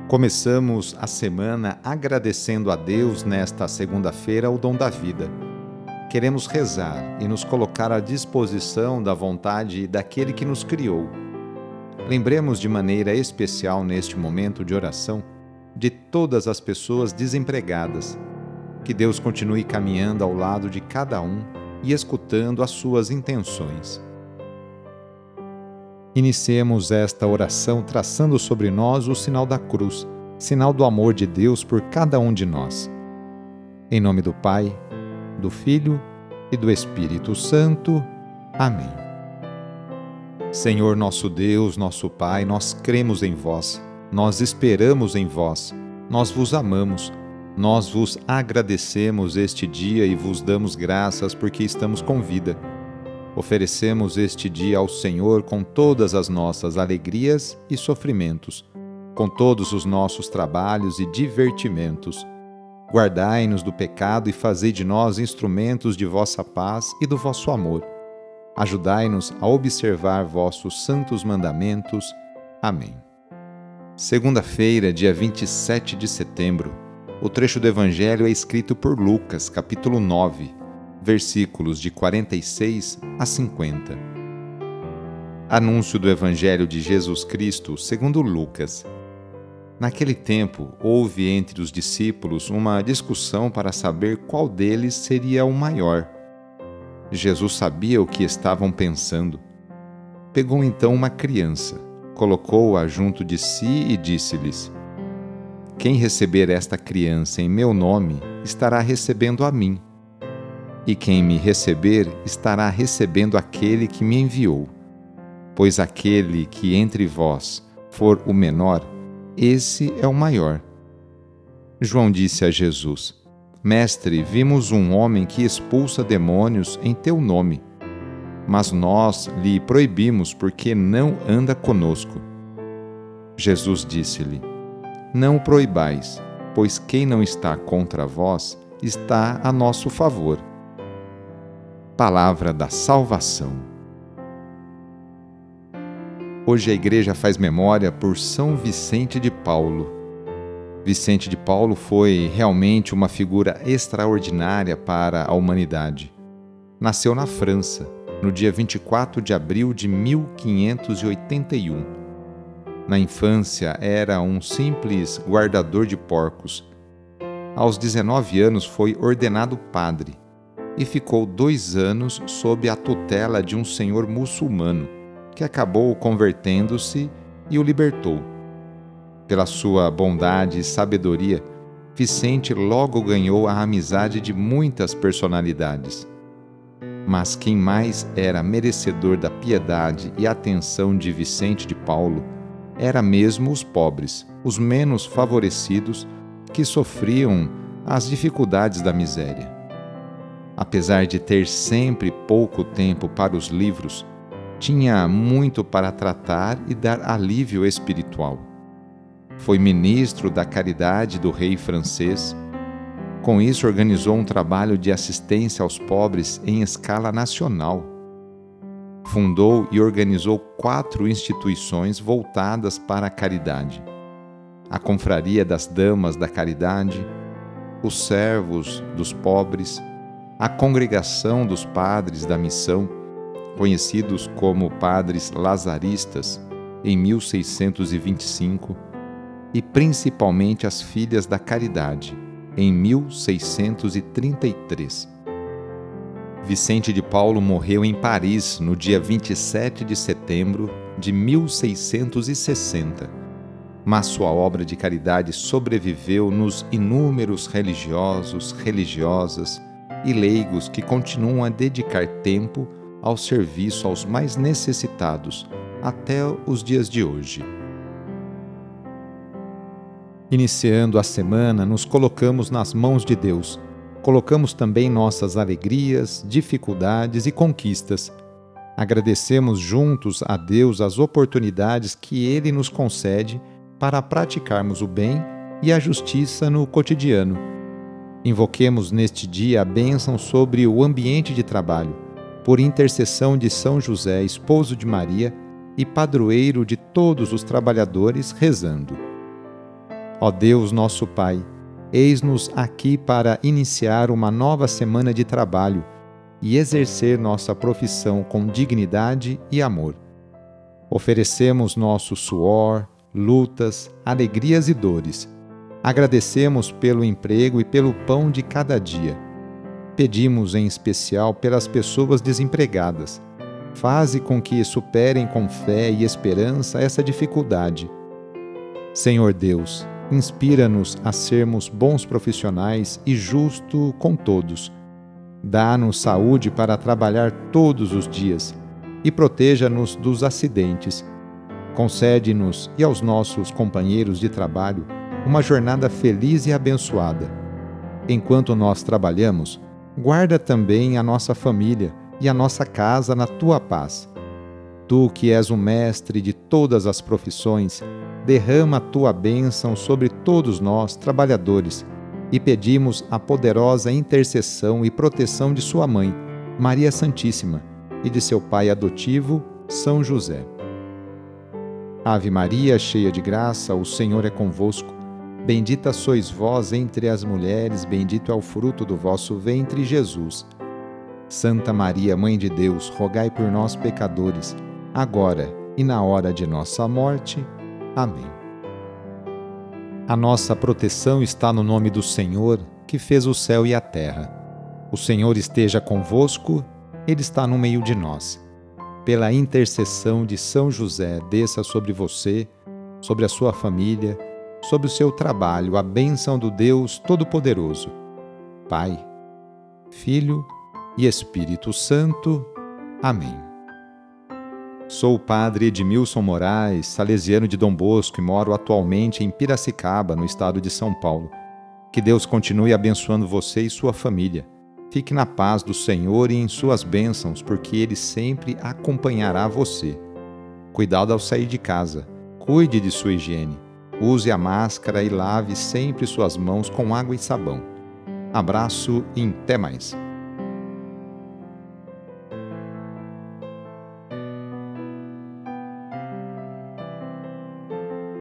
Começamos a semana agradecendo a Deus nesta segunda-feira o dom da vida. Queremos rezar e nos colocar à disposição da vontade daquele que nos criou. Lembremos de maneira especial neste momento de oração de todas as pessoas desempregadas. Que Deus continue caminhando ao lado de cada um e escutando as suas intenções. Iniciemos esta oração traçando sobre nós o sinal da cruz, sinal do amor de Deus por cada um de nós. Em nome do Pai, do Filho e do Espírito Santo. Amém. Senhor nosso Deus, nosso Pai, nós cremos em vós, nós esperamos em vós, nós vos amamos, nós vos agradecemos este dia e vos damos graças porque estamos com vida. Oferecemos este dia ao Senhor com todas as nossas alegrias e sofrimentos, com todos os nossos trabalhos e divertimentos. Guardai-nos do pecado e fazei de nós instrumentos de vossa paz e do vosso amor. Ajudai-nos a observar vossos santos mandamentos. Amém. Segunda-feira, dia 27 de setembro. O trecho do Evangelho é escrito por Lucas, capítulo 9, versículos de 46 a 50. Anúncio do Evangelho de Jesus Cristo segundo Lucas. Naquele tempo, houve entre os discípulos uma discussão para saber qual deles seria o maior. Jesus sabia o que estavam pensando. Pegou então uma criança, colocou-a junto de si e disse-lhes: Quem receber esta criança em meu nome, estará recebendo a mim. E quem me receber, estará recebendo aquele que me enviou. Pois aquele que entre vós for o menor, esse é o maior. João disse a Jesus: Mestre, vimos um homem que expulsa demônios em teu nome, mas nós lhe proibimos porque não anda conosco. Jesus disse-lhe: Não o proibais, pois quem não está contra vós está a nosso favor. Palavra da salvação. Hoje a igreja faz memória por São Vicente de Paulo. Vicente de Paulo foi realmente uma figura extraordinária para a humanidade. Nasceu na França, no dia 24 de abril de 1581. Na infância era um simples guardador de porcos. Aos 19 anos foi ordenado padre e ficou 2 anos sob a tutela de um senhor muçulmano, que acabou convertendo-se e o libertou. Pela sua bondade e sabedoria, Vicente logo ganhou a amizade de muitas personalidades. Mas quem mais era merecedor da piedade e atenção de Vicente de Paulo era mesmo os pobres, os menos favorecidos, que sofriam as dificuldades da miséria. Apesar de ter sempre pouco tempo para os livros, tinha muito para tratar e dar alívio espiritual. Foi ministro da caridade do rei francês. Com isso, organizou um trabalho de assistência aos pobres em escala nacional. Fundou e organizou 4 instituições voltadas para a caridade: a Confraria das Damas da Caridade, os Servos dos Pobres, a Congregação dos Padres da Missão, conhecidos como Padres Lazaristas, em 1625, e principalmente as Filhas da Caridade, em 1633. Vicente de Paulo morreu em Paris no dia 27 de setembro de 1660, mas sua obra de caridade sobreviveu nos inúmeros religiosos, religiosas e leigos que continuam a dedicar tempo ao serviço aos mais necessitados até os dias de hoje. Iniciando a semana, nos colocamos nas mãos de Deus. Colocamos também nossas alegrias, dificuldades e conquistas. Agradecemos juntos a Deus as oportunidades que Ele nos concede para praticarmos o bem e a justiça no cotidiano. Invoquemos neste dia a bênção sobre o ambiente de trabalho, por intercessão de São José, esposo de Maria e padroeiro de todos os trabalhadores, rezando: Ó Deus, nosso Pai, eis-nos aqui para iniciar uma nova semana de trabalho e exercer nossa profissão com dignidade e amor. Oferecemos nosso suor, lutas, alegrias e dores. Agradecemos pelo emprego e pelo pão de cada dia. Pedimos em especial pelas pessoas desempregadas. Faze com que superem com fé e esperança essa dificuldade. Senhor Deus, inspira-nos a sermos bons profissionais e justo com todos. Dá-nos saúde para trabalhar todos os dias e proteja-nos dos acidentes. Concede-nos e aos nossos companheiros de trabalho uma jornada feliz e abençoada. Enquanto nós trabalhamos, guarda também a nossa família e a nossa casa na tua paz. Tu, que és o mestre de todas as profissões, derrama a tua bênção sobre todos nós, trabalhadores, e pedimos a poderosa intercessão e proteção de sua mãe, Maria Santíssima, e de seu pai adotivo, São José. Ave Maria, cheia de graça, o Senhor é convosco. Bendita sois vós entre as mulheres, bendito é o fruto do vosso ventre, Jesus. Santa Maria, Mãe de Deus, rogai por nós, pecadores, agora e na hora de nossa morte. Amém. A nossa proteção está no nome do Senhor, que fez o céu e a terra. O Senhor esteja convosco, Ele está no meio de nós. Pela intercessão de São José, desça sobre você, sobre a sua família, sobre o seu trabalho, a bênção do Deus Todo-Poderoso, Pai, Filho e Espírito Santo. Amém. Sou o padre Edmilson Moraes, salesiano de Dom Bosco, e moro atualmente em Piracicaba, no estado de São Paulo. Que Deus continue abençoando você e sua família. Fique na paz do Senhor e em suas bênçãos, porque Ele sempre acompanhará você. Cuidado ao sair de casa. Cuide de sua higiene. Use a máscara e lave sempre suas mãos com água e sabão. Abraço e até mais.